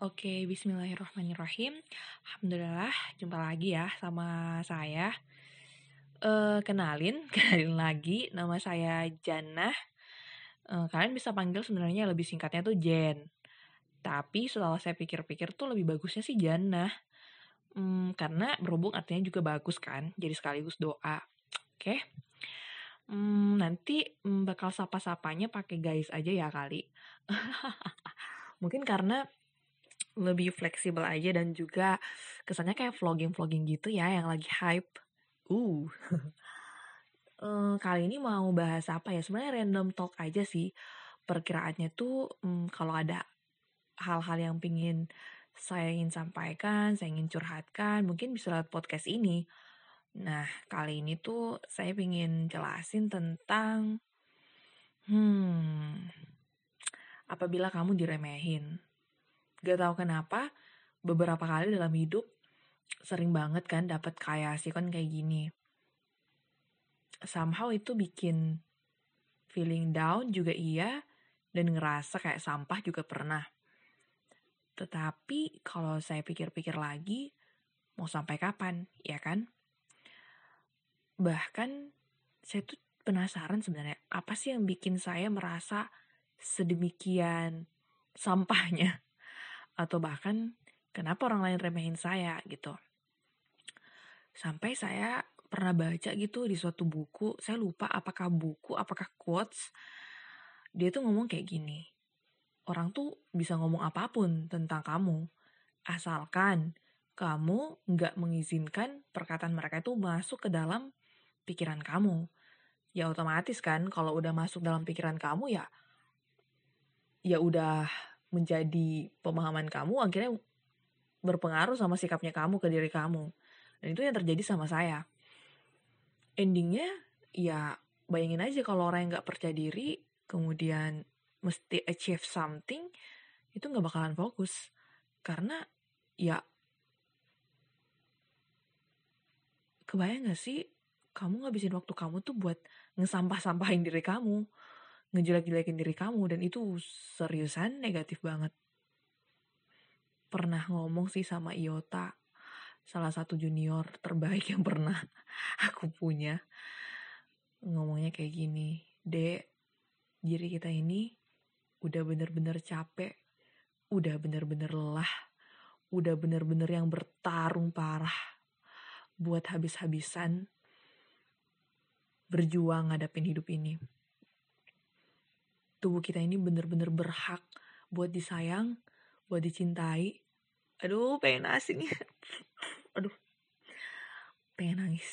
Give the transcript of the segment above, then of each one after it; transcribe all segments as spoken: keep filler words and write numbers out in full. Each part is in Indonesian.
Oke, bismillahirrahmanirrahim. Alhamdulillah, jumpa lagi ya sama saya. Eh, kenalin, kenalin lagi, nama saya Jannah. Eh, kalian bisa panggil sebenarnya lebih singkatnya tuh Jen. Tapi setelah saya pikir-pikir tuh lebih bagusnya sih Jannah. Hmm, karena berhubung artinya juga bagus kan, jadi sekaligus doa. Oke. Hmm, nanti hmm, bakal sapa-sapanya pakai guys aja ya kali. Mungkin karena lebih fleksibel aja dan juga kesannya kayak vlogging-vlogging gitu ya yang lagi hype. Uh, eh, kali ini mau bahas apa ya? Sebenarnya random talk aja sih. Perkiraannya tuh hmm, kalau ada hal-hal yang pingin saya ingin sampaikan, saya ingin curhatkan, mungkin bisa lewat podcast ini. Nah, kali ini tuh saya pingin jelasin tentang hmm, apabila kamu diremehin. Gak tahu kenapa, beberapa kali dalam hidup sering banget kan dapat kayak sih kan kayak gini. Somehow itu bikin feeling down juga iya dan ngerasa kayak sampah juga pernah. Tetapi kalau saya pikir-pikir lagi, mau sampai kapan, ya kan? Bahkan saya tuh penasaran sebenarnya apa sih yang bikin saya merasa sedemikian sampahnya atau bahkan kenapa orang lain remehin saya gitu. Sampai saya pernah baca gitu di suatu buku, saya lupa apakah buku, apakah quotes, dia tuh ngomong kayak gini, orang tuh bisa ngomong apapun tentang kamu, asalkan kamu nggak mengizinkan perkataan mereka itu masuk ke dalam pikiran kamu. Ya otomatis kan, kalau udah masuk dalam pikiran kamu ya, ya udah menjadi pemahaman kamu, akhirnya berpengaruh sama sikapnya kamu ke diri kamu. Dan itu yang terjadi sama saya. Endingnya ya bayangin aja kalau orang yang nggak percaya diri kemudian mesti achieve something itu nggak bakalan fokus karena ya kebayang nggak sih kamu ngabisin waktu kamu tuh buat ngesampah-sampahin diri kamu, ngejelek-jelekin diri kamu, dan itu seriusan negatif banget. Pernah ngomong sih sama Iota, salah satu junior terbaik yang pernah aku punya, ngomongnya kayak gini, Dek, diri kita ini udah bener-bener capek, udah bener-bener lelah, udah bener-bener yang bertarung parah buat habis-habisan berjuang ngadapin hidup ini. Tubuh kita ini bener-bener berhak buat disayang, buat dicintai. Aduh, pengen asing. Aduh, pengen nangis.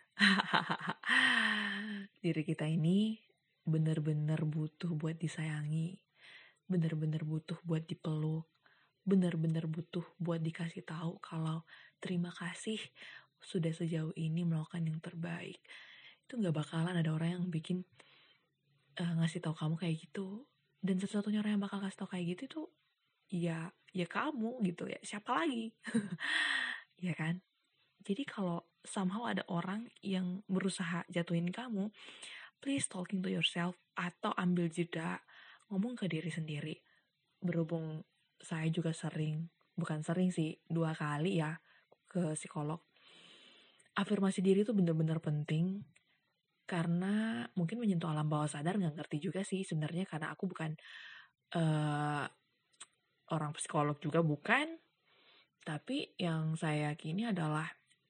Diri kita ini bener-bener butuh buat disayangi, bener-bener butuh buat dipeluk, bener-bener butuh buat dikasih tahu kalau terima kasih sudah sejauh ini melakukan yang terbaik. Itu nggak bakalan ada orang yang bikin uh, ngasih tahu kamu kayak gitu. Dan satu-satunya orang yang bakal kasih tahu kayak gitu itu ya ya kamu gitu ya. Siapa lagi? Ya kan? Jadi kalau somehow ada orang yang berusaha jatuhin kamu, please talking to yourself atau ambil jeda ngomong ke diri sendiri. Berhubung saya juga sering, bukan sering sih, dua kali ya ke psikolog. Afirmasi diri itu bener-bener penting karena mungkin menyentuh alam bawah sadar, nggak ngerti juga sih sebenarnya karena aku bukan uh, orang psikolog juga bukan, tapi yang saya yakini adalah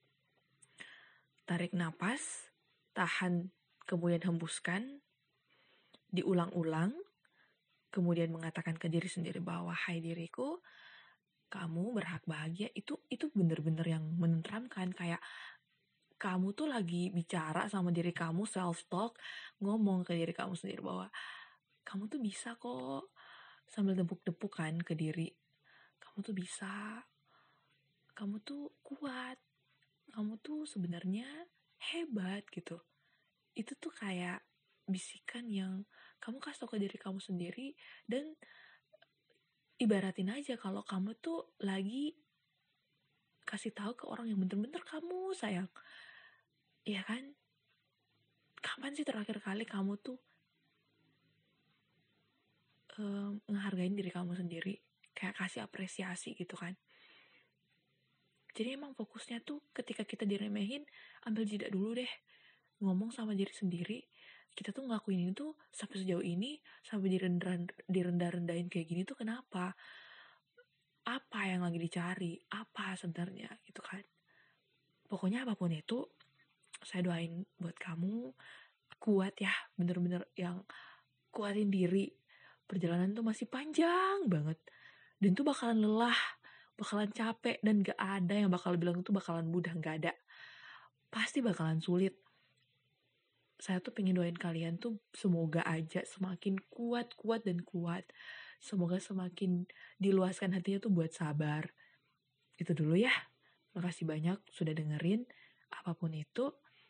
tarik napas, tahan, kemudian hembuskan, diulang-ulang, kemudian mengatakan ke diri sendiri bahwa hai diriku, kamu berhak bahagia. Itu itu bener-bener yang menenteramkan, kayak kamu tuh lagi bicara sama diri kamu, self talk, ngomong ke diri kamu sendiri bahwa kamu tuh bisa kok, sambil tepuk-tepuk kan ke diri, kamu tuh bisa, kamu tuh kuat, kamu tuh sebenarnya hebat gitu. Itu tuh kayak bisikan yang kamu kasih tau ke diri kamu sendiri, dan ibaratin aja kalau kamu tuh lagi kasih tahu ke orang yang bener-bener kamu sayang. Iya kan? Kapan sih terakhir kali kamu tuh um, ngehargain diri kamu sendiri? kayak kasih apresiasi gitu kan. Jadi emang fokusnya tuh ketika kita diremehin, ambil jeda dulu deh, ngomong sama diri sendiri, kita tuh ngelakuin ini tuh sampai sejauh ini, sampai direndah direndah-rendahin kayak gini tuh kenapa? Apa yang lagi dicari? Apa sebenarnya gitu kan. Pokoknya apapun itu, saya doain buat kamu kuat ya, bener-bener yang kuatin diri. Perjalanan tuh masih panjang banget, dan tuh bakalan lelah, bakalan capek, dan gak ada yang bakal bilang itu bakalan mudah, gak ada. Pasti bakalan sulit. Saya tuh pengen doain kalian tuh semoga aja semakin kuat, kuat, dan kuat. Semoga semakin diluaskan hatinya tuh buat sabar. Itu dulu ya. Makasih banyak sudah dengerin. Apapun itu,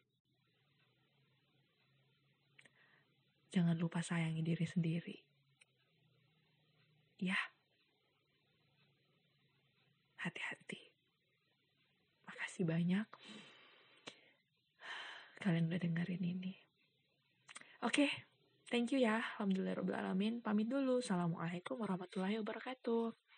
jangan lupa sayangi diri sendiri. Ya. Hati-hati. Makasih banyak. Kalian udah dengerin ini. Oke. Okay. Thank you ya. Alhamdulillahirrahmanirrahim. Pamit dulu. Assalamualaikum warahmatullahi wabarakatuh.